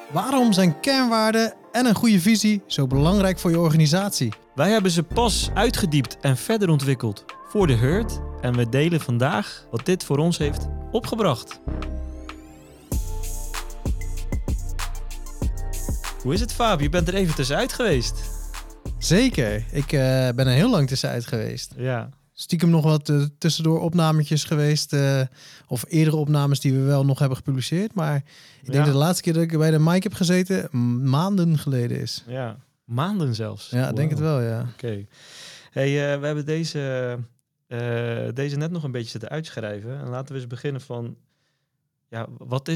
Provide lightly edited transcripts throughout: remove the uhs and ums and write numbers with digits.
Waarom zijn kernwaarden en een goede visie zo belangrijk voor je organisatie? Wij hebben ze pas uitgediept en verder ontwikkeld voor de Hurt. En we delen vandaag wat dit voor ons heeft opgebracht. Hoe is het, Faab? Je bent er even tussenuit geweest. Zeker, ik ben er heel lang tussenuit geweest. Ja. Stiekem nog wat tussendoor opnametjes geweest. Of eerdere opnames die we wel nog hebben gepubliceerd. Maar ik denk dat de laatste keer dat ik bij de mic heb gezeten maanden geleden is. Ja, maanden zelfs. Ja, ik denk het wel, ja. Oké. Hey, we hebben deze net nog een beetje zitten uitschrijven. En laten we eens beginnen van... Ja,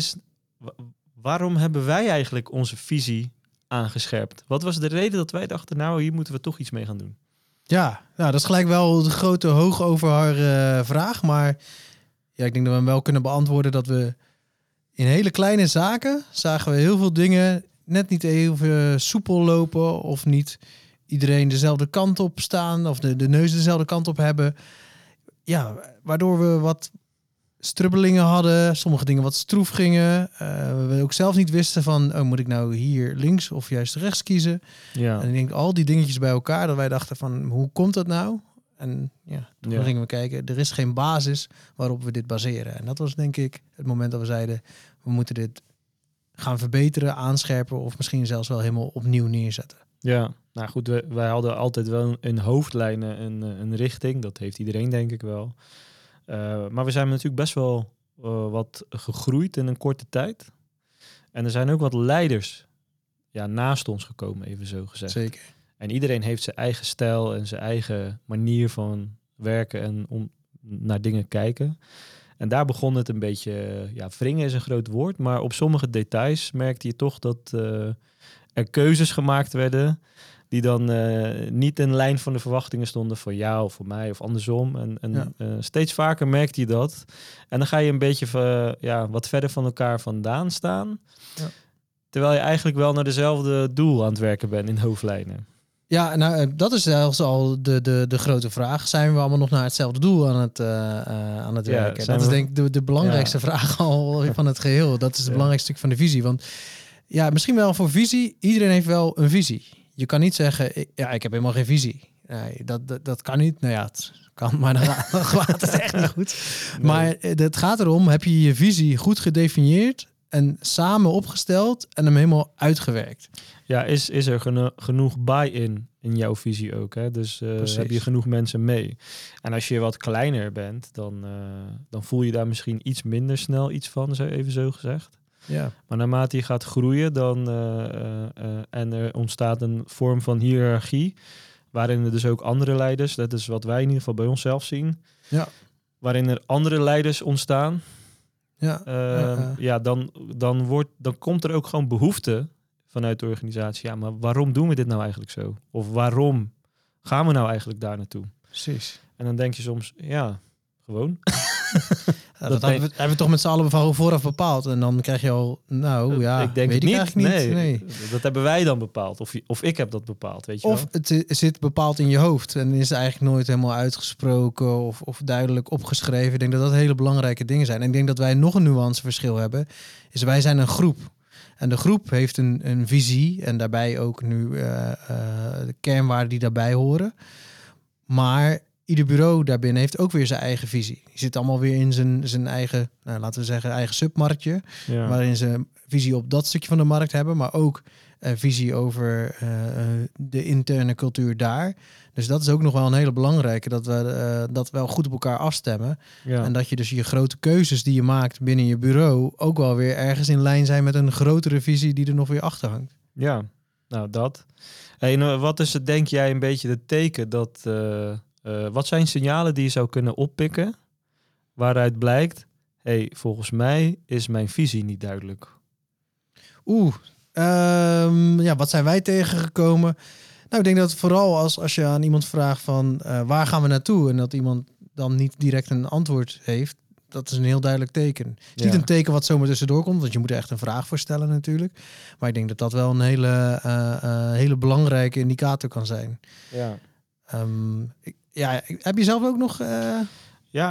waarom hebben wij eigenlijk onze visie aangescherpt? Wat was de reden dat wij dachten, nou, hier moeten we toch iets mee gaan doen? Ja, nou, dat is gelijk wel de grote hoogoverhar vraag. Maar ja, ik denk dat we hem wel kunnen beantwoorden dat we in hele kleine zaken zagen we heel veel dingen net niet even soepel lopen of niet iedereen dezelfde kant op staan of de neus dezelfde kant op hebben. Ja, waardoor we wat strubbelingen hadden, sommige dingen wat stroef gingen. We ook zelf niet wisten van, moet ik nou hier links of juist rechts kiezen? Ja. En ik denk al die dingetjes bij elkaar, dat wij dachten van, hoe komt dat nou? En ja, toen gingen we kijken, er is geen basis waarop we dit baseren. En dat was denk ik het moment dat we zeiden, we moeten dit gaan verbeteren, aanscherpen of misschien zelfs wel helemaal opnieuw neerzetten. Ja, nou goed, wij hadden altijd wel in hoofdlijnen een richting. Dat heeft iedereen denk ik wel. Maar we zijn natuurlijk best wel wat gegroeid in een korte tijd. En er zijn ook wat leiders naast ons gekomen, even zo gezegd. Zeker. En iedereen heeft zijn eigen stijl en zijn eigen manier van werken en om naar dingen kijken. En daar begon het een beetje, wringen is een groot woord, maar op sommige details merkte je toch dat er keuzes gemaakt werden die dan niet in lijn van de verwachtingen stonden van jou of voor mij of andersom. En steeds vaker merkte je dat. En dan ga je een beetje wat verder van elkaar vandaan staan. Ja. Terwijl je eigenlijk wel naar dezelfde doel aan het werken bent in hoofdlijnen. Ja, nou, dat is zelfs al de grote vraag. Zijn we allemaal nog naar hetzelfde doel aan het werken? Dat is denk ik de belangrijkste vraag al van het geheel. Dat is het belangrijkste stuk van de visie. Want ja, misschien wel voor visie. Iedereen heeft wel een visie. Je kan niet zeggen, ik heb helemaal geen visie. Nee, dat kan niet. Nou ja, het kan, maar dan gaat het echt niet goed. Nee. Maar het gaat erom, heb je je visie goed gedefinieerd en samen opgesteld en hem helemaal uitgewerkt? Ja, is er genoeg buy-in in jouw visie ook? Hè? Dus heb je genoeg mensen mee? En als je wat kleiner bent, dan voel je daar misschien iets minder snel iets van, even zo gezegd. Ja. Maar naarmate je gaat groeien en er ontstaat een vorm van hiërarchie, waarin er dus ook andere leiders, dat is wat wij in ieder geval bij onszelf zien, waarin er andere leiders ontstaan, dan komt er ook gewoon behoefte vanuit de organisatie. Ja, maar waarom doen we dit nou eigenlijk zo? Of waarom gaan we nou eigenlijk daar naartoe? Precies. En dan denk je soms, gewoon. Dat hebben we toch met z'n allen vooraf bepaald. En dan krijg je al, ik denk weet niet. Ik eigenlijk niet. Nee, dat hebben wij dan bepaald. Of ik heb dat bepaald, weet je of wel. Het zit bepaald in je hoofd en is eigenlijk nooit helemaal uitgesproken of duidelijk opgeschreven. Ik denk dat dat hele belangrijke dingen zijn. En ik denk dat wij nog een nuanceverschil hebben. Is wij zijn een groep. En de groep heeft een visie en daarbij ook nu de kernwaarden die daarbij horen. Maar ieder bureau daarbinnen heeft ook weer zijn eigen visie. Die zit allemaal weer in zijn eigen, laten we zeggen, eigen submarktje. Ja. Waarin ze visie op dat stukje van de markt hebben, maar ook visie over de interne cultuur daar. Dus dat is ook nog wel een hele belangrijke, dat we dat wel goed op elkaar afstemmen. Ja. En dat je dus je grote keuzes die je maakt binnen je bureau ook wel weer ergens in lijn zijn met een grotere visie die er nog weer achter hangt. Ja, nou dat. Hey, wat is het, denk jij, een beetje de teken dat... wat zijn signalen die je zou kunnen oppikken waaruit blijkt, volgens mij is mijn visie niet duidelijk? Wat zijn wij tegengekomen? Nou, ik denk dat vooral als je aan iemand vraagt van waar gaan we naartoe en dat iemand dan niet direct een antwoord heeft, dat is een heel duidelijk teken. Het is niet een teken wat zomaar tussendoor komt, want je moet er echt een vraag voor stellen natuurlijk. Maar ik denk dat dat wel een hele belangrijke indicator kan zijn. Ja. Heb je zelf ook nog... Ja,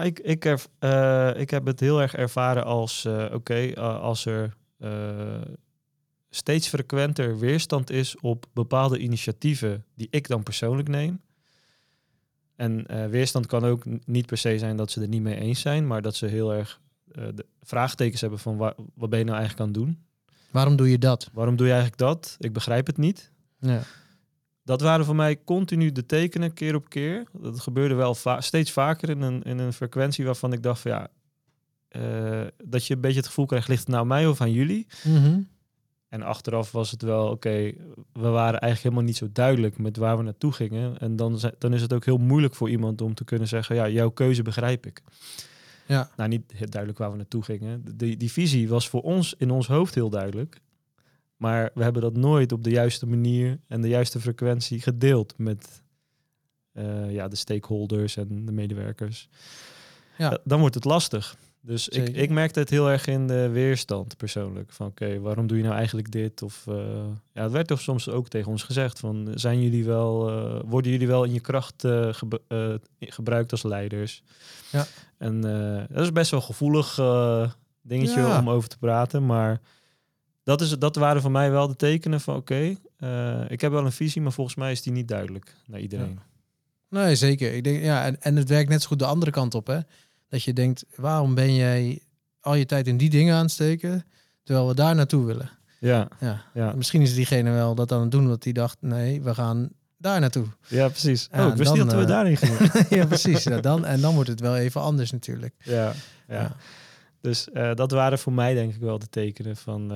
ik heb het heel erg ervaren als... als er steeds frequenter weerstand is op bepaalde initiatieven die ik dan persoonlijk neem. En weerstand kan ook niet per se zijn dat ze er niet mee eens zijn, maar dat ze heel erg de vraagtekens hebben van wat ben je nou eigenlijk aan het doen? Waarom doe je dat? Waarom doe je eigenlijk dat? Ik begrijp het niet. Ja. Dat waren voor mij continu de tekenen, keer op keer. Dat gebeurde wel steeds vaker in een frequentie waarvan ik dacht van ja, dat je een beetje het gevoel krijgt, ligt het nou aan mij of aan jullie? Mm-hmm. En achteraf was het wel, oké, we waren eigenlijk helemaal niet zo duidelijk met waar we naartoe gingen. En dan is het ook heel moeilijk voor iemand om te kunnen zeggen, ja, jouw keuze begrijp ik. Ja. Nou, niet heel duidelijk waar we naartoe gingen. Die visie was voor ons in ons hoofd heel duidelijk. Maar we hebben dat nooit op de juiste manier en de juiste frequentie gedeeld met de stakeholders en de medewerkers. Ja. Dan wordt het lastig. Dus ik merkte het heel erg in de weerstand persoonlijk. Van oké, waarom doe je nou eigenlijk dit? Of het werd toch soms ook tegen ons gezegd van worden jullie wel in je kracht gebruikt als leiders? Ja. En dat is best wel een gevoelig dingetje om over te praten. Maar dat waren voor mij wel de tekenen van oké, ik heb wel een visie, maar volgens mij is die niet duidelijk naar iedereen. Ja. Nee, zeker. Ik denk, en het werkt net zo goed de andere kant op, hè? Dat je denkt, waarom ben jij al je tijd in die dingen aan het steken, terwijl we daar naartoe willen? Ja. Misschien is diegene wel dat aan het doen, dat hij dacht, nee, we gaan daar naartoe. Ja, precies. Ja, ik wist niet dat we daarin gingen. Ja, precies. En dan wordt het wel even anders natuurlijk. Ja. Dus dat waren voor mij denk ik wel de tekenen van,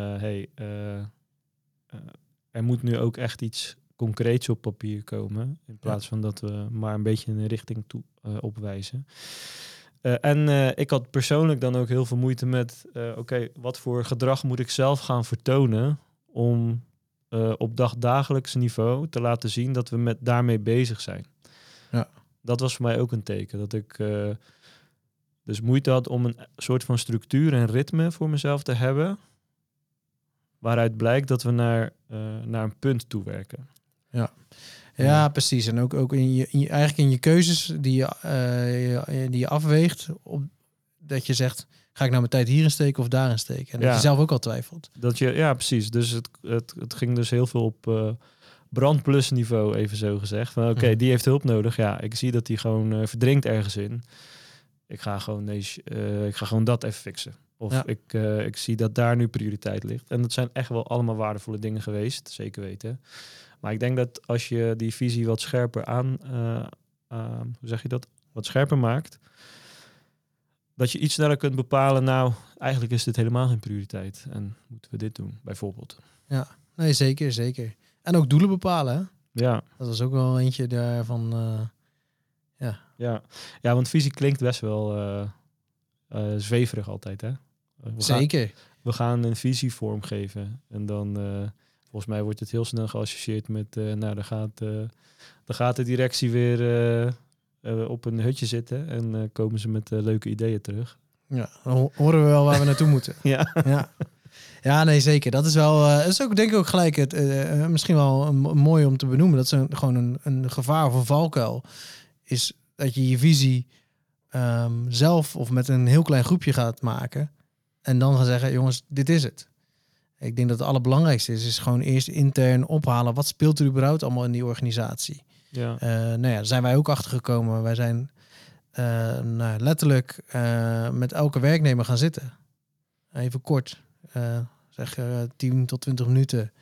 er moet nu ook echt iets concreets op papier komen, in plaats van dat we maar een beetje in een richting toe opwijzen. Ik had persoonlijk dan ook heel veel moeite met, wat voor gedrag moet ik zelf gaan vertonen om op dagelijks niveau te laten zien dat we daarmee bezig zijn. Ja. Dat was voor mij ook een teken, dat ik dus moeite had om een soort van structuur en ritme voor mezelf te hebben, waaruit blijkt dat we naar een punt toe werken. Ja, precies. En ook eigenlijk in je keuzes die je afweegt, dat je zegt, ga ik nou mijn tijd hierin steken of daarin steken? En dat je zelf ook al twijfelt. Precies. Dus het ging dus heel veel op brandplus niveau, even zo gezegd. Van die heeft hulp nodig. Ja, ik zie dat hij gewoon verdrinkt ergens in. Ik ga gewoon dat even fixen. Of ik zie dat daar nu prioriteit ligt. En dat zijn echt wel allemaal waardevolle dingen geweest, zeker weten. Maar ik denk dat als je die visie wat scherper wat scherper maakt, dat je iets sneller kunt bepalen, nou, eigenlijk is dit helemaal geen prioriteit. En moeten we dit doen, bijvoorbeeld. Ja, nee, zeker. En ook doelen bepalen, hè? Ja. Dat was ook wel eentje daarvan, Ja, want visie klinkt best wel zweverig altijd, hè? Zeker. We gaan een visie vormgeven. En dan, volgens mij wordt het heel snel geassocieerd met, dan gaat de directie weer op een hutje zitten en komen ze met leuke ideeën terug. Ja, dan horen we wel waar we naartoe moeten. Ja, nee, zeker. Dat is wel, is ook denk ik ook gelijk misschien wel mooi om te benoemen. Dat is gewoon een gevaar of een valkuil. Is dat je visie zelf of met een heel klein groepje gaat maken. En dan gaan zeggen, jongens, dit is het. Ik denk dat het allerbelangrijkste is gewoon eerst intern ophalen. Wat speelt er überhaupt allemaal in die organisatie? Ja. Daar zijn wij ook achter gekomen. Wij zijn letterlijk met elke werknemer gaan zitten. Even kort. Zeg 10 tot 20 minuten.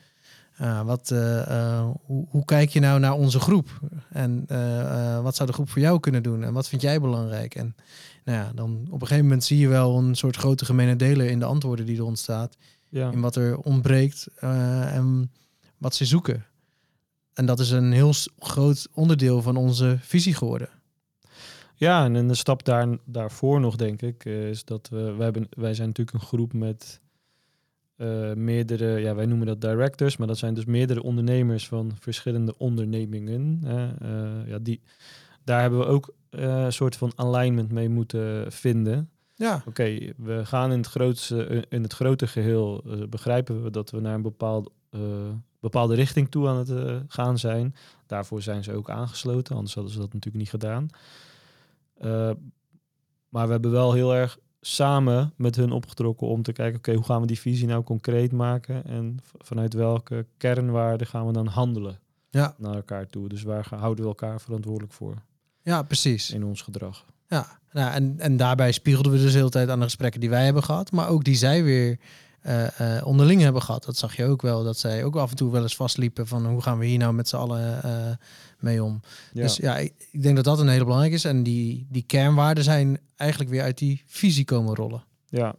Hoe kijk je nou naar onze groep? En wat zou de groep voor jou kunnen doen? En wat vind jij belangrijk? En dan op een gegeven moment zie je wel een soort grote gemene deler in de antwoorden die er ontstaat. Ja. In wat er ontbreekt en wat ze zoeken. En dat is een heel groot onderdeel van onze visie geworden. Ja, en een stap daarvoor nog, denk ik, is dat wij zijn natuurlijk een groep met meerdere, wij noemen dat directors, maar dat zijn dus meerdere ondernemers van verschillende ondernemingen. Daar hebben we ook een soort van alignment mee moeten vinden. Ja. Oké, we gaan in het grote geheel begrijpen we dat we naar een bepaalde richting toe aan het gaan zijn. Daarvoor zijn ze ook aangesloten, anders hadden ze dat natuurlijk niet gedaan. Maar we hebben wel heel erg samen met hun opgetrokken om te kijken, oké, hoe gaan we die visie nou concreet maken en vanuit welke kernwaarden gaan we dan handelen naar elkaar toe. Dus waar houden we elkaar verantwoordelijk voor? Ja, precies. In ons gedrag. Ja, nou, en daarbij spiegelden we dus de hele tijd aan de gesprekken die wij hebben gehad, maar ook die zij weer onderling hebben gehad. Dat zag je ook wel, dat zij ook af en toe wel eens vastliepen van hoe gaan we hier nou met z'n allen mee om. Ja. Dus ja, ik denk dat dat een hele belangrijke is. En die kernwaarden zijn eigenlijk weer uit die visie komen rollen. Ja.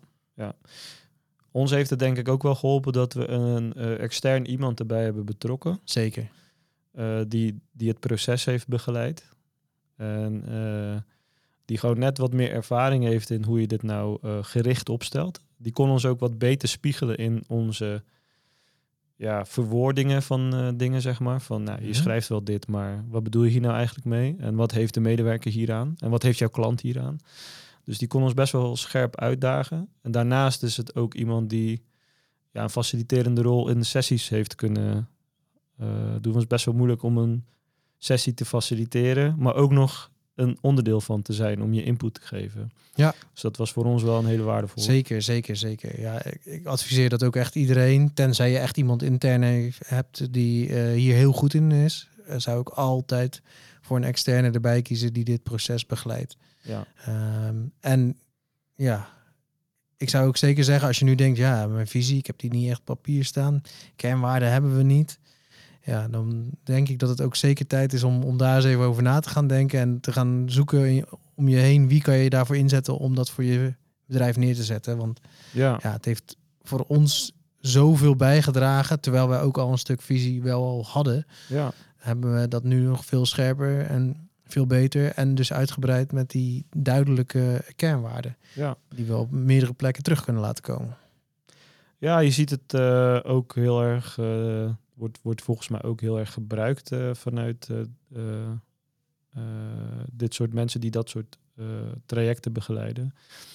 Ons heeft het denk ik ook wel geholpen dat we een extern iemand erbij hebben betrokken. Zeker. Die het proces heeft begeleid. En die gewoon net wat meer ervaring heeft in hoe je dit nou gericht opstelt. Die kon ons ook wat beter spiegelen in onze verwoordingen van dingen, zeg maar. Van, nou, je schrijft wel dit, maar wat bedoel je hier nou eigenlijk mee? En wat heeft de medewerker hieraan? En wat heeft jouw klant hieraan? Dus die kon ons best wel scherp uitdagen. En daarnaast is het ook iemand die een faciliterende rol in de sessies heeft kunnen doen. Het is best wel moeilijk om een sessie te faciliteren, maar ook nog een onderdeel van te zijn om je input te geven. Ja. Dus dat was voor ons wel een hele waardevol. Zeker. Ja, ik adviseer dat ook echt iedereen. Tenzij je echt iemand intern hebt die hier heel goed in is, zou ik altijd voor een externe erbij kiezen die dit proces begeleidt. Ja. En ja, ik zou ook zeker zeggen, als je nu denkt, ja, mijn visie, ik heb die niet echt op papier staan. Kernwaarden hebben we niet. Ja, dan denk ik dat het ook zeker tijd is om daar eens even over na te gaan denken en te gaan zoeken om je heen. Wie kan je daarvoor inzetten om dat voor je bedrijf neer te zetten? Want het heeft voor ons zoveel bijgedragen, terwijl wij ook al een stuk visie wel al hadden. Ja. Hebben we dat nu nog veel scherper en veel beter en dus uitgebreid met die duidelijke kernwaarden. Ja. Die we op meerdere plekken terug kunnen laten komen. Ja, je ziet het ook heel erg... Wordt volgens mij ook heel erg gebruikt vanuit dit soort mensen die dat soort trajecten begeleiden.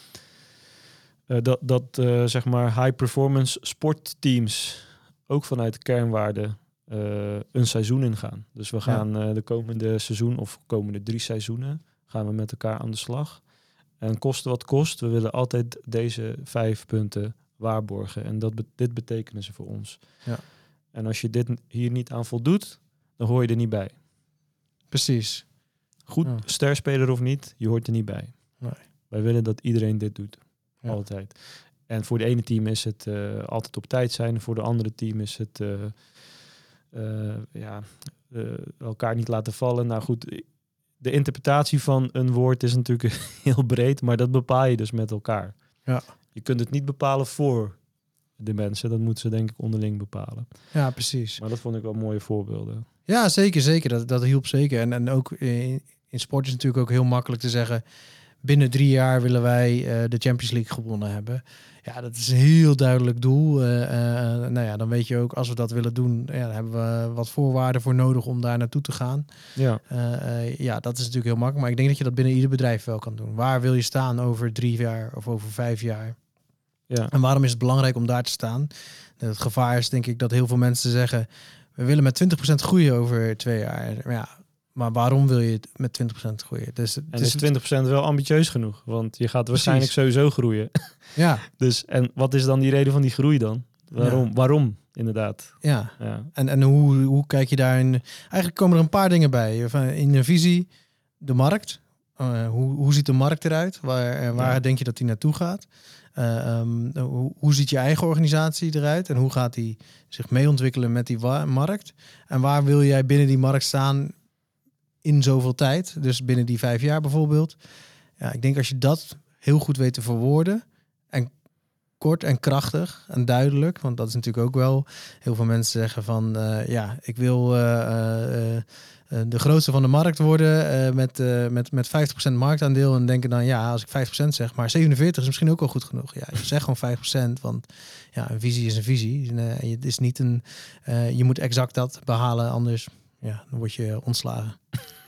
Zeg maar high performance sportteams ook vanuit de kernwaarden een seizoen ingaan. Dus we gaan de komende seizoen of komende 3 seizoenen gaan we met elkaar aan de slag. En koste wat kost, we willen altijd deze 5 punten waarborgen. En dit betekenen ze voor ons. Ja. En als je dit hier niet aan voldoet, dan hoor je er niet bij. Precies. Goed, sterspeler of niet, je hoort er niet bij. Nee. Wij willen dat iedereen dit doet. Ja. Altijd. En voor de ene team is het altijd op tijd zijn. Voor de andere team is het elkaar niet laten vallen. Nou goed, de interpretatie van een woord is natuurlijk heel breed, maar dat bepaal je dus met elkaar. Ja. Je kunt het niet bepalen voor de mensen. Dat moeten ze denk ik onderling bepalen. Ja, precies. Maar dat vond ik wel mooie voorbeelden. Ja, zeker. Dat hielp zeker. En ook in sport is het natuurlijk ook heel makkelijk te zeggen, binnen 3 jaar willen wij de Champions League gewonnen hebben. Ja, dat is een heel duidelijk doel. Dan weet je ook, als we dat willen doen, dan hebben we wat voorwaarden voor nodig om daar naartoe te gaan. Ja. Dat is natuurlijk heel makkelijk. Maar ik denk dat je dat binnen ieder bedrijf wel kan doen. Waar wil je staan over 3 jaar of over 5 jaar? Ja. En waarom is het belangrijk om daar te staan? Het gevaar is denk ik dat heel veel mensen zeggen, we willen met 20% groeien over 2 jaar. Maar waarom wil je met 20% groeien? Dus is 20% wel ambitieus genoeg? Want je gaat waarschijnlijk sowieso groeien. Ja. Dus, en wat is dan die reden van die groei dan? Waarom inderdaad? Ja. En hoe kijk je daarin? Eigenlijk komen er een paar dingen bij. In een visie, de markt. Hoe ziet de markt eruit? Waar denk je dat die naartoe gaat? Hoe ziet je eigen organisatie eruit? En hoe gaat die zich mee ontwikkelen met die markt? En waar wil jij binnen die markt staan in zoveel tijd? Dus binnen die 5 jaar bijvoorbeeld. Ja, ik denk als je dat heel goed weet te verwoorden en kort en krachtig en duidelijk, want dat is natuurlijk ook wel, heel veel mensen zeggen van ik wil de grootste van de markt worden met 50% marktaandeel en denken dan als ik 5% zeg, maar 47 is misschien ook al goed genoeg. Ja, je zegt gewoon 5%, want een visie is een visie. Het is niet je moet exact dat behalen, anders dan word je ontslagen.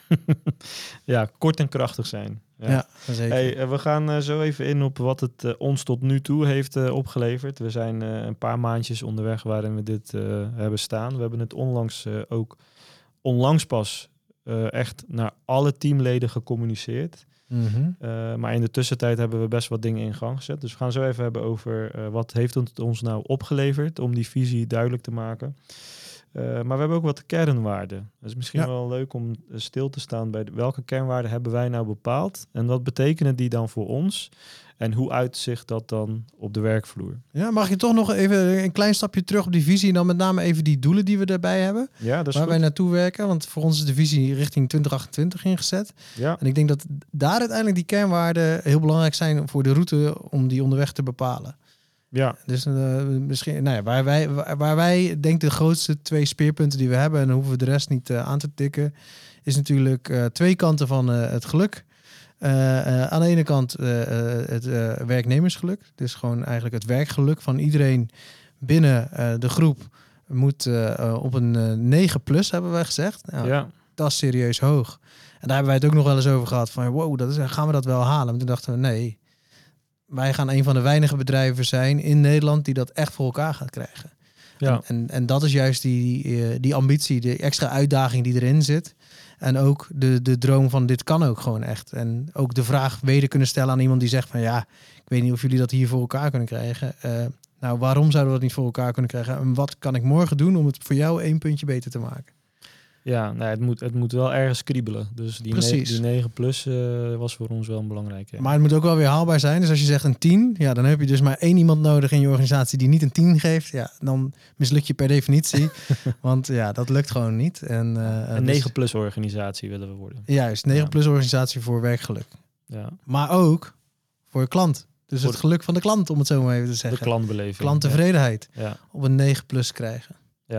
Ja, kort en krachtig zijn. Ja, zeker. Hey, we gaan zo even in op wat het ons tot nu toe heeft opgeleverd. We zijn een paar maandjes onderweg waarin we dit hebben staan. We hebben het onlangs pas echt naar alle teamleden gecommuniceerd. Maar in de tussentijd hebben we best wat dingen in gang gezet. Dus we gaan zo even hebben over wat heeft het ons nou opgeleverd om die visie duidelijk te maken. Maar we hebben ook wat kernwaarden. Dat is misschien wel leuk om stil te staan bij welke kernwaarden hebben wij nou bepaald en wat betekenen die dan voor ons en hoe uitzicht dat dan op de werkvloer. Ja, mag je toch nog even een klein stapje terug op die visie en dan met name even die doelen die we daarbij hebben? Ja, dat is waar goed. wij naartoe werken, want voor ons is de visie richting 2028 ingezet. Ja. En ik denk dat daar uiteindelijk die kernwaarden heel belangrijk zijn voor de route om die onderweg te bepalen. Ja. Dus misschien, nou ja, waar wij denk de grootste 2 speerpunten die we hebben, en dan hoeven we de rest niet aan te tikken, is natuurlijk 2 kanten van het geluk. Aan de ene kant het werknemersgeluk, dus gewoon eigenlijk het werkgeluk van iedereen binnen de groep moet op een 9 plus, hebben wij gezegd. Nou, dat is serieus hoog. En daar hebben wij het ook nog wel eens over gehad van wow, gaan we dat wel halen? Maar toen dachten we nee. Wij gaan een van de weinige bedrijven zijn in Nederland die dat echt voor elkaar gaat krijgen. Ja. En dat is juist die ambitie, de extra uitdaging die erin zit. En ook de droom van dit kan ook gewoon echt. En ook de vraag weder kunnen stellen aan iemand die zegt van ja, ik weet niet of jullie dat hier voor elkaar kunnen krijgen. Nou, waarom zouden we dat niet voor elkaar kunnen krijgen? En wat kan ik morgen doen om het voor jou 1 puntje beter te maken? Ja, nou, het moet wel ergens kriebelen. Dus die 9 plus was voor ons wel een belangrijke. Ja. Maar het moet ook wel weer haalbaar zijn. Dus als je zegt een 10, ja, dan heb je dus maar 1 iemand nodig in je organisatie die niet een 10 geeft. Ja, dan misluk je per definitie. Want ja, dat lukt gewoon niet. En, een 9 plus organisatie willen we worden. Juist, 9 plus organisatie voor werkgeluk. Ja. Maar ook voor je klant. Dus het geluk van de klant, om het zo maar even te zeggen. De klantbeleving. Klanttevredenheid. Ja. Op een 9 plus krijgen.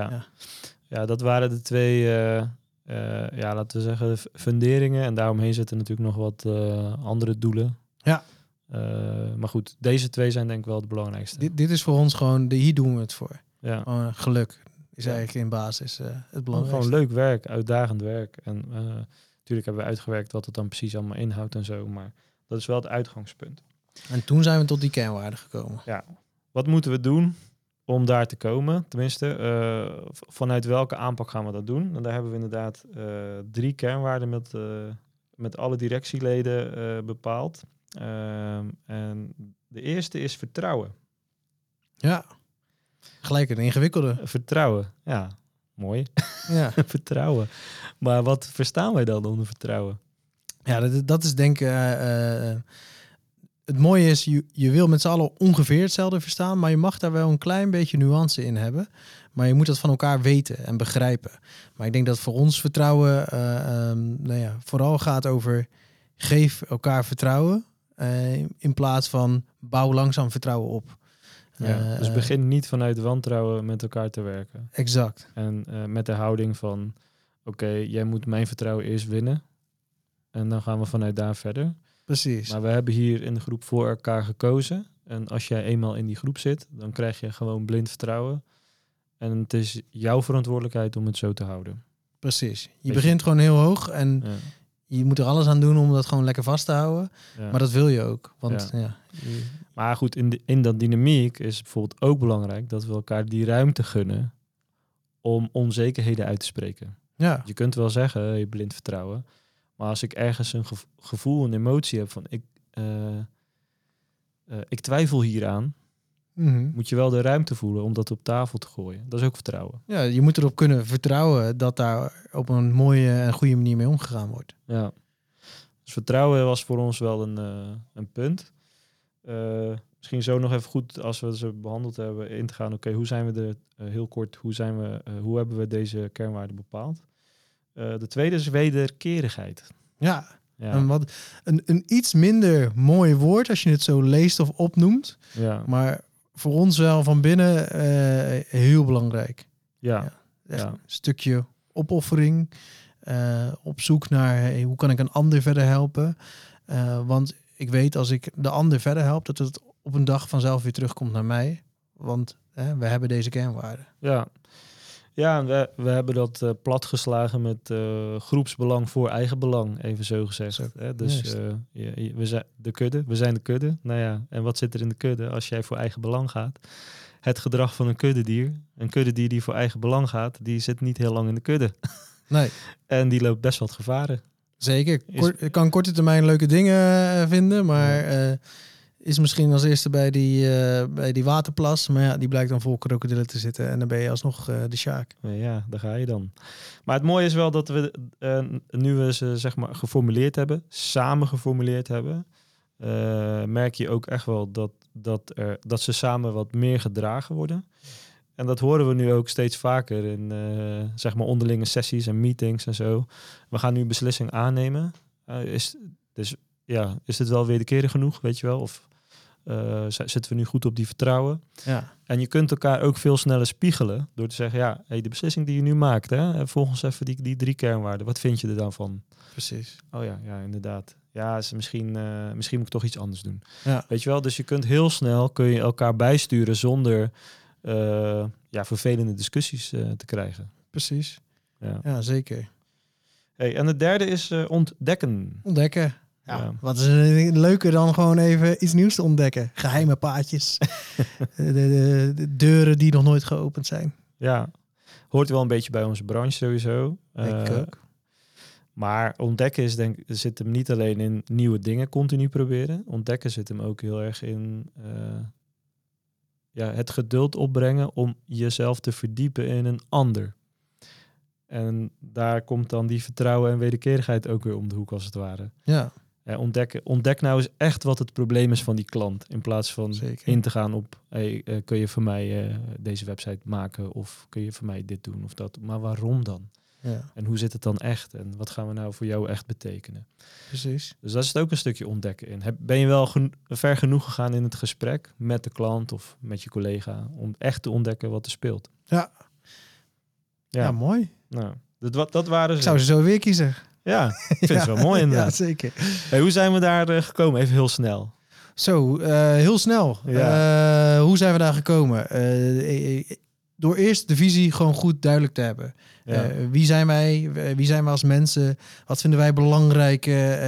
Ja, dat waren de 2, laten we zeggen, funderingen. En daaromheen zitten natuurlijk nog wat andere doelen. Ja. Maar goed, deze 2 zijn denk ik wel de belangrijkste. Dit is voor ons gewoon, hier doen we het voor. Ja. Geluk is eigenlijk in basis het belangrijkste. Gewoon leuk werk, uitdagend werk. En natuurlijk hebben we uitgewerkt wat het dan precies allemaal inhoudt en zo. Maar dat is wel het uitgangspunt. En toen zijn we tot die kernwaarden gekomen. Ja. Wat moeten we doen om daar te komen? Tenminste, vanuit welke aanpak gaan we dat doen? En daar hebben we inderdaad 3 kernwaarden met alle directieleden bepaald. En de eerste is vertrouwen. Ja, gelijk een ingewikkelde. Vertrouwen, ja, mooi. Ja. Vertrouwen. Maar wat verstaan wij dan onder vertrouwen? Ja, dat is denk ik... het mooie is, je wil met z'n allen ongeveer hetzelfde verstaan, maar je mag daar wel een klein beetje nuance in hebben. Maar je moet dat van elkaar weten en begrijpen. Maar ik denk dat voor ons vertrouwen vooral gaat over geef elkaar vertrouwen in plaats van bouw langzaam vertrouwen op. Ja, dus begin niet vanuit wantrouwen met elkaar te werken. Exact. En met de houding van, oké, jij moet mijn vertrouwen eerst winnen. En dan gaan we vanuit daar verder. Precies. Maar we hebben hier in de groep voor elkaar gekozen. En als jij eenmaal in die groep zit, dan krijg je gewoon blind vertrouwen. En het is jouw verantwoordelijkheid om het zo te houden. Precies. Je begint gewoon heel hoog en je moet er alles aan doen om dat gewoon lekker vast te houden. Ja. Maar dat wil je ook. Want, Maar goed, in dat dynamiek is bijvoorbeeld ook belangrijk dat we elkaar die ruimte gunnen om onzekerheden uit te spreken. Ja. Je kunt wel zeggen, je blind vertrouwen. Maar als ik ergens een gevoel, een emotie heb van ik twijfel hieraan, moet je wel de ruimte voelen om dat op tafel te gooien. Dat is ook vertrouwen. Ja, je moet erop kunnen vertrouwen dat daar op een mooie en goede manier mee omgegaan wordt. Ja. Dus vertrouwen was voor ons wel een punt. Misschien zo nog even goed, als we ze behandeld hebben, in te gaan. Oké, hoe zijn we er heel kort, hoe hebben we deze kernwaarden bepaald? De tweede is wederkerigheid. Ja. Een iets minder mooi woord als je het zo leest of opnoemt. Ja. Maar voor ons wel van binnen heel belangrijk. Ja. Een stukje opoffering. Op zoek naar hoe kan ik een ander verder helpen. Want ik weet als ik de ander verder help, dat het op een dag vanzelf weer terugkomt naar mij. Want we hebben deze kernwaarden. Ja. Ja, we hebben dat platgeslagen met groepsbelang voor eigen belang, even zo gezegd. Hè? Dus we zijn de kudde, we zijn de kudde. Nou ja, en wat zit er in de kudde als jij voor eigen belang gaat? Het gedrag van een kuddedier. Een kuddedier die voor eigen belang gaat, die zit niet heel lang in de kudde. Nee. En die loopt best wat gevaren. Zeker. Ik kan korte termijn leuke dingen vinden, maar is misschien als eerste bij die waterplas. Maar ja, die blijkt dan vol krokodillen te zitten en dan ben je alsnog de sjaak. Ja, daar ga je dan. Maar het mooie is wel dat we nu we ze zeg maar geformuleerd hebben, samen geformuleerd hebben, merk je ook echt wel dat ze samen wat meer gedragen worden. En dat horen we nu ook steeds vaker in zeg maar onderlinge sessies en meetings en zo. We gaan nu een beslissing aannemen. Is dit wel wederkerig genoeg, weet je wel? Of zitten we nu goed op die vertrouwen? Ja. En je kunt elkaar ook veel sneller spiegelen door te zeggen, ja, hey, de beslissing die je nu maakt, hè, volgens even die 3 kernwaarden, wat vind je er dan van? Precies. Oh ja, inderdaad. Ja, misschien moet ik toch iets anders doen. Ja. Weet je wel, dus je kunt heel snel kun je elkaar bijsturen zonder vervelende discussies te krijgen. Precies. Ja, Ja, zeker. Hey, en het derde is ontdekken. Ontdekken. Ja. Wat is er leuker dan gewoon even iets nieuws te ontdekken? Geheime paadjes. de deuren die nog nooit geopend zijn. Ja, hoort wel een beetje bij onze branche sowieso. Ik ook. Maar ontdekken zit hem niet alleen in nieuwe dingen continu proberen. Ontdekken zit hem ook heel erg in het geduld opbrengen om jezelf te verdiepen in een ander. En daar komt dan die vertrouwen en wederkerigheid ook weer om de hoek als het ware. Ja. Ontdek nou eens echt wat het probleem is van die klant. In plaats van in te gaan op, kun je voor mij deze website maken of kun je voor mij dit doen of dat. Maar waarom dan? Ja. En hoe zit het dan echt? En wat gaan we nou voor jou echt betekenen? Precies. Dus daar zit ook een stukje ontdekken in. Ben je wel ver genoeg gegaan in het gesprek met de klant of met je collega om echt te ontdekken wat er speelt? Ja, mooi. Nou, dat waren ze. Ik zou ze zo weer kiezen. Ja, ik vind het wel mooi inderdaad. Ja, zeker. Hey, hoe zijn we daar gekomen? Even heel snel. Zo, heel snel. Ja. Hoe zijn we daar gekomen? Door eerst de visie gewoon goed duidelijk te hebben. Ja. Wie zijn wij? Wie zijn we als mensen? Wat vinden wij belangrijk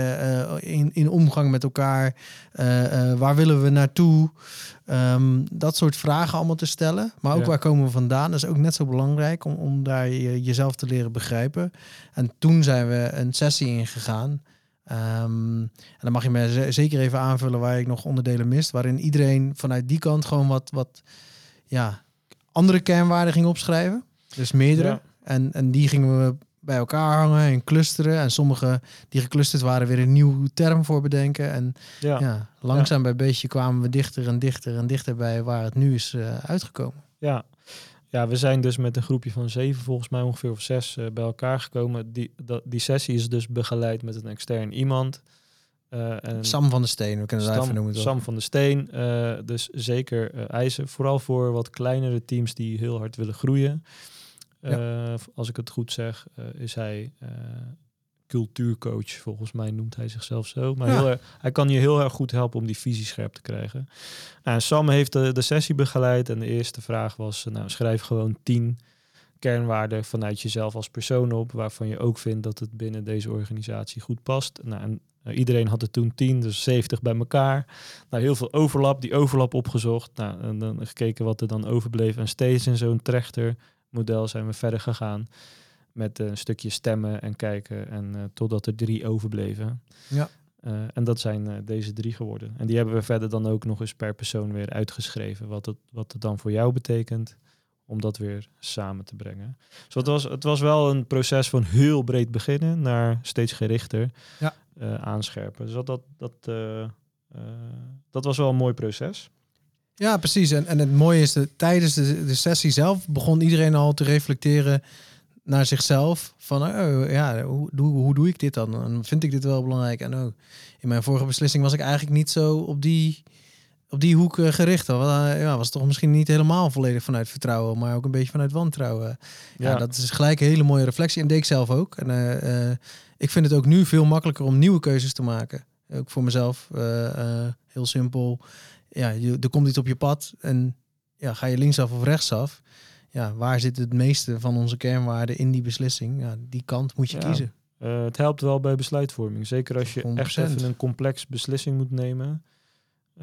in omgang met elkaar? Waar willen we naartoe? Dat soort vragen allemaal te stellen. Maar ook waar komen we vandaan? Dat is ook net zo belangrijk om daar jezelf te leren begrijpen. En toen zijn we een sessie ingegaan. En dan mag je me zeker even aanvullen waar ik nog onderdelen mist. Waarin iedereen vanuit die kant gewoon wat andere kernwaarden ging opschrijven. Dus meerdere. Ja. En die gingen we bij elkaar hangen en clusteren. En sommige die geclusterd waren weer een nieuwe term voor bedenken. En langzaam bij beetje kwamen we dichter en dichter en dichter bij waar het nu is uitgekomen. Ja, we zijn dus met een groepje van 7 volgens mij ongeveer of 6 bij elkaar gekomen. Die sessie is dus begeleid met een extern iemand. Sam van der Steen, we kunnen het even noemen. Sam van der Steen, dus zeker eisen. Vooral voor wat kleinere teams die heel hard willen groeien. Als ik het goed zeg, is hij cultuurcoach, volgens mij noemt hij zichzelf zo. Maar hij kan je heel erg goed helpen om die visie scherp te krijgen. Sam heeft de sessie begeleid en de eerste vraag was, schrijf gewoon 10 kernwaarden vanuit jezelf als persoon op, waarvan je ook vindt dat het binnen deze organisatie goed past. Iedereen had er toen 10, dus 70 bij elkaar. Heel veel overlap, die overlap opgezocht. En dan gekeken wat er dan overbleef. En steeds in zo'n trechtermodel zijn we verder gegaan met een stukje stemmen en kijken. En totdat er 3 overbleven. Ja. En dat zijn deze 3 geworden. En die hebben we verder dan ook nog eens per persoon weer uitgeschreven. Wat het dan voor jou betekent om dat weer samen te brengen. Dus het was wel een proces van heel breed beginnen naar steeds gerichter aanscherpen. Dus dat was wel een mooi proces. Ja, precies. En het mooie is, tijdens de sessie zelf begon iedereen al te reflecteren naar zichzelf. Van, hoe doe ik dit dan? En vind ik dit wel belangrijk? En in mijn vorige beslissing was ik eigenlijk niet zo op die hoek gericht. Was toch misschien niet helemaal volledig vanuit vertrouwen, maar ook een beetje vanuit wantrouwen. Ja, dat is gelijk een hele mooie reflectie. En deed ik zelf ook. En ik vind het ook nu veel makkelijker om nieuwe keuzes te maken. Ook voor mezelf. Heel simpel. Ja, er komt iets op je pad en ga je linksaf of rechtsaf. Ja, waar zit het meeste van onze kernwaarden in die beslissing? Ja, die kant moet je kiezen. Het helpt wel bij besluitvorming. Zeker als je 100%. Echt even een complex beslissing moet nemen.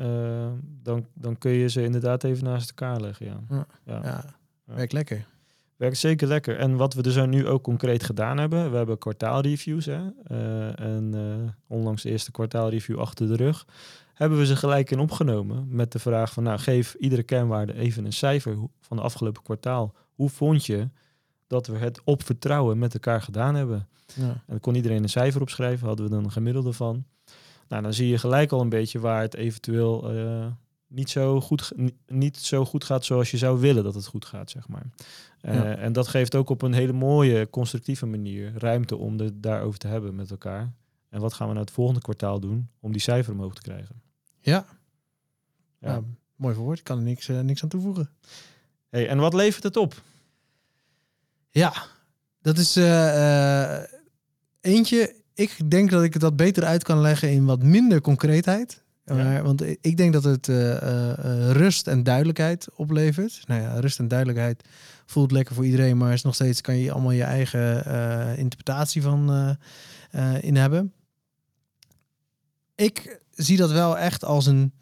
Dan kun je ze inderdaad even naast elkaar leggen. Ja. Werkt lekker. Werkt zeker lekker. En wat we dus nu ook concreet gedaan hebben, we hebben kwartaalreviews. Onlangs de eerste kwartaalreview achter de rug. Hebben we ze gelijk in opgenomen met de vraag van, nou, geef iedere kernwaarde even een cijfer van de afgelopen kwartaal. Hoe vond je dat we het op vertrouwen met elkaar gedaan hebben? Ja. En dan kon iedereen een cijfer opschrijven, hadden we dan een gemiddelde van. Nou, dan zie je gelijk al een beetje waar het eventueel niet zo goed gaat zoals je zou willen dat het goed gaat, zeg maar. En dat geeft ook op een hele mooie, constructieve manier ruimte om het daarover te hebben met elkaar. En wat gaan we nou het volgende kwartaal doen om die cijfer omhoog te krijgen? Ja. Ja. Nou, mooi verwoord. Ik kan er niks aan toevoegen. Hey, en wat levert het op? Ja, dat is eentje. Ik denk dat ik dat beter uit kan leggen in wat minder concreetheid. Ja. Want ik denk dat het rust en duidelijkheid oplevert. Nou ja, rust en duidelijkheid voelt lekker voor iedereen, maar is nog steeds kan je allemaal je eigen interpretatie van in hebben. Ik zie dat wel echt als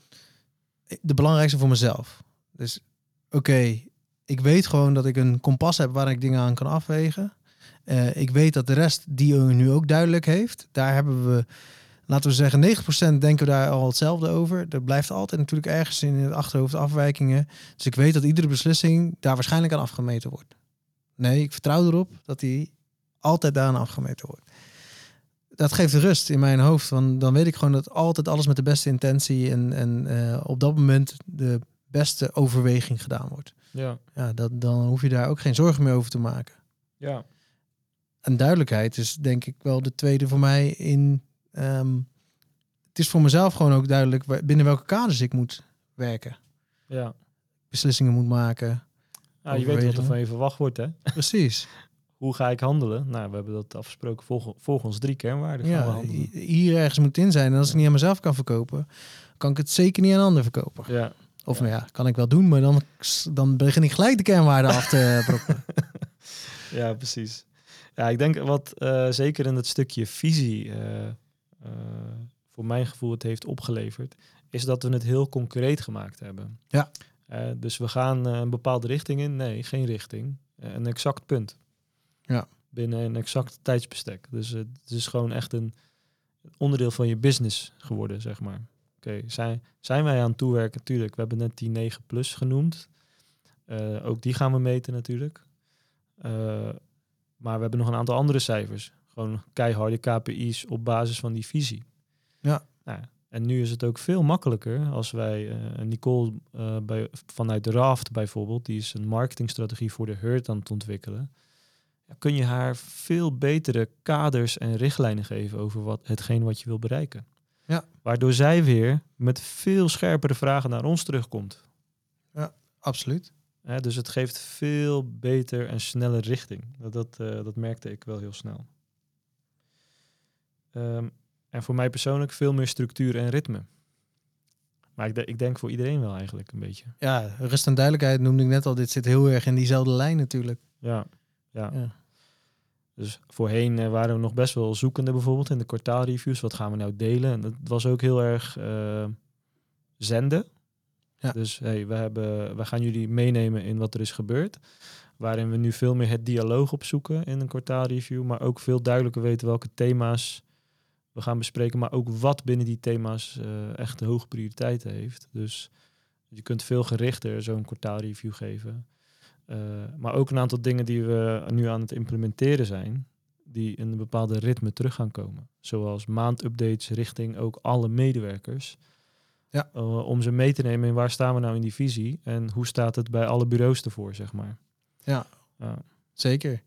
de belangrijkste voor mezelf. Dus oké, ik weet gewoon dat ik een kompas heb waar ik dingen aan kan afwegen. Ik weet dat de rest die nu ook duidelijk heeft. Daar hebben we, laten we zeggen, 90% denken we daar al hetzelfde over. Er blijft altijd natuurlijk ergens in het achterhoofd afwijkingen. Dus ik weet dat iedere beslissing daar waarschijnlijk aan afgemeten wordt. Nee, ik vertrouw erop dat die altijd daaraan afgemeten wordt. Dat geeft rust in mijn hoofd. Want dan weet ik gewoon dat altijd alles met de beste intentie en op dat moment de beste overweging gedaan wordt. Ja. Ja, dan hoef je daar ook geen zorgen meer over te maken. Ja. En duidelijkheid is denk ik wel de tweede voor mij in... het is voor mezelf gewoon ook duidelijk binnen welke kaders ik moet werken. Ja. Beslissingen moet maken. Je weet wat er van je verwacht wordt, hè? Precies. Hoe ga ik handelen? Nou, we hebben dat afgesproken volgens 3 kernwaarden. Gaan we handelen. Hier ergens moet in zijn. En als ik niet aan mezelf kan verkopen, kan ik het zeker niet aan een ander verkopen. Ja. Of nou ja, kan ik wel doen, maar dan begin ik gelijk de kernwaarden af te brokken. Ja, precies. Ja, ik denk wat zeker in het stukje visie voor mijn gevoel het heeft opgeleverd, is dat we het heel concreet gemaakt hebben. Ja. Dus we gaan een bepaalde richting in. Nee, geen richting. Een exact punt. Ja. Binnen een exact tijdsbestek. Dus het is gewoon echt een onderdeel van je business geworden, zeg maar. Oké, zijn wij aan het toewerken? Tuurlijk, we hebben net die 9 plus genoemd. Ook die gaan we meten natuurlijk. Maar we hebben nog een aantal andere cijfers. Gewoon keiharde KPI's op basis van die visie. Ja. Nou, en nu is het ook veel makkelijker als wij Nicole vanuit de Raft bijvoorbeeld, die is een marketingstrategie voor de Hurt aan het ontwikkelen. Ja, kun je haar veel betere kaders en richtlijnen geven over hetgeen wat je wil bereiken. Ja. Waardoor zij weer met veel scherpere vragen naar ons terugkomt. Ja, absoluut. Dus het geeft veel beter en sneller richting. Dat merkte ik wel heel snel. En voor mij persoonlijk veel meer structuur en ritme. Maar ik denk voor iedereen wel eigenlijk een beetje. Ja, rust en duidelijkheid noemde ik net al. Dit zit heel erg in diezelfde lijn natuurlijk. Ja. Dus voorheen waren we nog best wel zoekende bijvoorbeeld in de kwartaalreviews. Wat gaan we nou delen? En dat was ook heel erg zenden. Ja. Dus hey, we gaan jullie meenemen in wat er is gebeurd. Waarin we nu veel meer het dialoog opzoeken in een kwartaalreview. Maar ook veel duidelijker weten welke thema's we gaan bespreken. Maar ook wat binnen die thema's echt de hoge prioriteiten heeft. Dus je kunt veel gerichter zo'n kwartaalreview geven. Maar ook een aantal dingen die we nu aan het implementeren zijn. Die in een bepaalde ritme terug gaan komen. Zoals maandupdates richting ook alle medewerkers. Ja. Om ze mee te nemen in waar staan we nou in die visie. En hoe staat het bij alle bureaus ervoor, zeg maar. Ja. Zeker.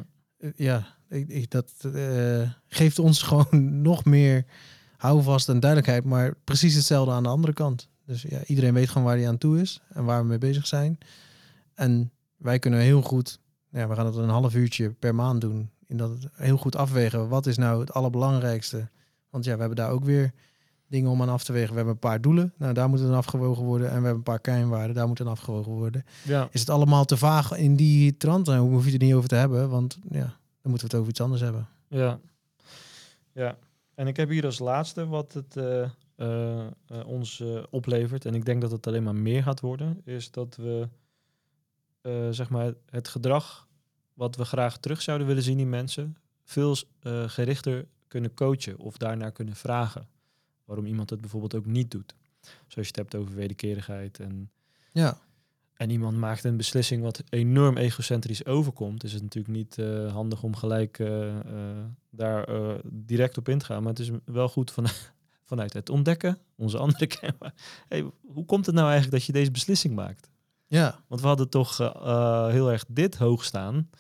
Dat geeft ons gewoon nog meer houvast en duidelijkheid. Maar precies hetzelfde aan de andere kant. Dus ja, iedereen weet gewoon waar hij aan toe is. En waar we mee bezig zijn. En wij kunnen heel goed, we gaan het een half uurtje per maand doen. In dat het heel goed afwegen. Wat is nou het allerbelangrijkste? Want ja, we hebben daar ook weer dingen om aan af te wegen. We hebben een paar doelen. Nou, daar moet het dan afgewogen worden. En we hebben een paar kernwaarden. Daar moet het afgewogen worden. Ja. Is het allemaal te vaag in die trant? Dan hoef je het er niet over te hebben. Want ja, dan moeten we het over iets anders hebben. Ja. En ik heb hier als laatste wat het ons oplevert. En ik denk dat het alleen maar meer gaat worden. Is dat we zeg maar het gedrag wat we graag terug zouden willen zien in mensen, veel gerichter kunnen coachen of daarnaar kunnen vragen. Waarom iemand het bijvoorbeeld ook niet doet. Zoals je het hebt over wederkerigheid. En iemand maakt een beslissing wat enorm egocentrisch overkomt. Is het natuurlijk niet handig om gelijk daar direct op in te gaan. Maar het is wel goed vanuit het ontdekken, onze andere kenmerken. Hey, hoe komt het nou eigenlijk dat je deze beslissing maakt? Ja. Want we hadden toch heel erg dit hoog staan.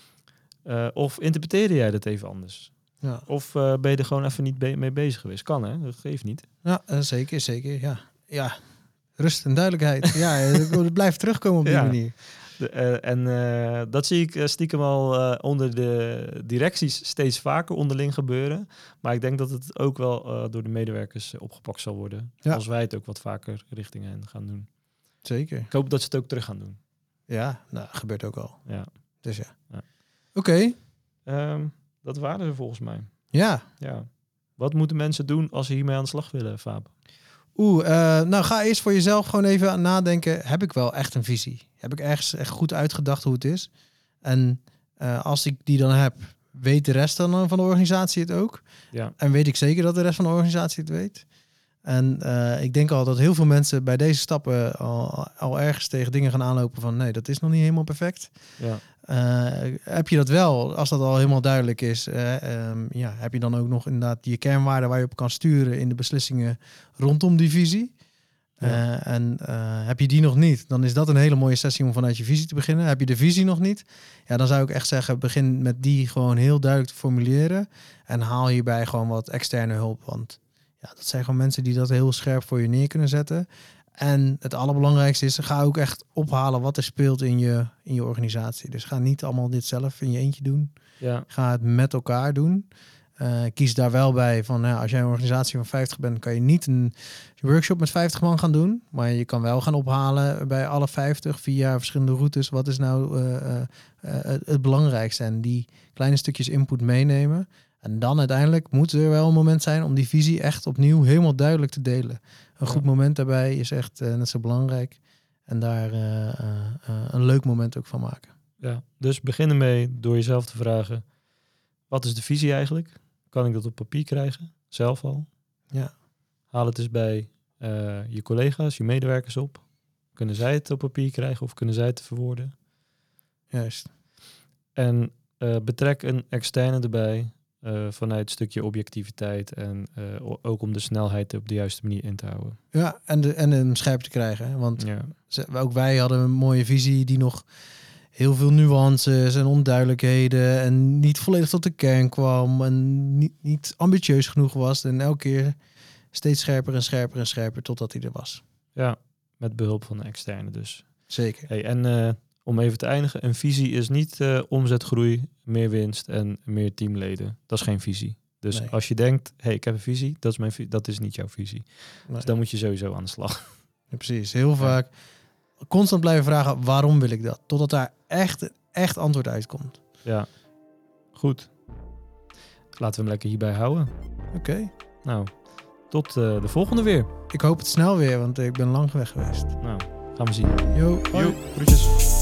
Of interpreteerde jij dat even anders? Ja. Of ben je er gewoon even niet mee bezig geweest? Kan, hè? Dat geeft niet. Ja, zeker. Ja. Rust en duidelijkheid. Ja, het blijft terugkomen op die manier. Dat zie ik stiekem al onder de directies steeds vaker onderling gebeuren. Maar ik denk dat het ook wel door de medewerkers opgepakt zal worden. Ja. Als wij het ook wat vaker richting hen gaan doen. Zeker. Ik hoop dat ze het ook terug gaan doen. Ja, nou, gebeurt ook al. Ja. Dus ja. Ja. Oké. Dat waren ze volgens mij. Ja. Wat moeten mensen doen als ze hiermee aan de slag willen, Faap? Nou ga eerst voor jezelf gewoon even nadenken. Heb ik wel echt een visie? Heb ik ergens echt goed uitgedacht hoe het is? En als ik die dan heb, weet de rest dan van de organisatie het ook? Ja. En weet ik zeker dat de rest van de organisatie het weet? En ik denk al dat heel veel mensen bij deze stappen al ergens tegen dingen gaan aanlopen van nee, dat is nog niet helemaal perfect. Ja. Heb je dat wel, als dat al helemaal duidelijk is, heb je dan ook nog inderdaad je kernwaarden waar je op kan sturen in de beslissingen rondom die visie? Ja. Heb je die nog niet, dan is dat een hele mooie sessie om vanuit je visie te beginnen. Heb je de visie nog niet, ja, dan zou ik echt zeggen, begin met die gewoon heel duidelijk te formuleren en haal hierbij gewoon wat externe hulp, want ja, dat zijn gewoon mensen die dat heel scherp voor je neer kunnen zetten. En het allerbelangrijkste is, ga ook echt ophalen wat er speelt in je organisatie. Dus ga niet allemaal dit zelf in je eentje doen. Ja. Ga het met elkaar doen. Kies daar wel bij van, als jij een organisatie van 50 bent, kan je niet een workshop met 50 man gaan doen. Maar je kan wel gaan ophalen bij alle 50 via verschillende routes. Wat is nou het belangrijkste? En die kleine stukjes input meenemen. En dan uiteindelijk moet er wel een moment zijn om die visie echt opnieuw helemaal duidelijk te delen. Een goed moment daarbij is echt net zo belangrijk. En daar een leuk moment ook van maken. Ja, dus begin ermee door jezelf te vragen, wat is de visie eigenlijk? Kan ik dat op papier krijgen? Zelf al? Ja. Haal het eens bij je collega's, je medewerkers op. Kunnen zij het op papier krijgen of kunnen zij het verwoorden? Juist. En betrek een externe erbij vanuit een stukje objectiviteit en ook om de snelheid op de juiste manier in te houden. Ja, en hem scherp te krijgen. Hè? Want ook wij hadden een mooie visie die nog heel veel nuances en onduidelijkheden en niet volledig tot de kern kwam en niet ambitieus genoeg was. En elke keer steeds scherper en scherper en scherper totdat hij er was. Ja, met behulp van de externe dus. Zeker. Hey, en om even te eindigen, een visie is niet omzetgroei, meer winst en meer teamleden. Dat is geen visie. Dus als je denkt, ik heb een visie, dat is mijn visie, dat is niet jouw visie. Nee. Dus dan moet je sowieso aan de slag. Ja, precies. Heel vaak constant blijven vragen, waarom wil ik dat? Totdat daar echt antwoord uitkomt. Ja, goed. Laten we hem lekker hierbij houden. Oké. Nou, tot de volgende weer. Ik hoop het snel weer, want ik ben lang weg geweest. Nou, gaan we zien. Jo, groetjes.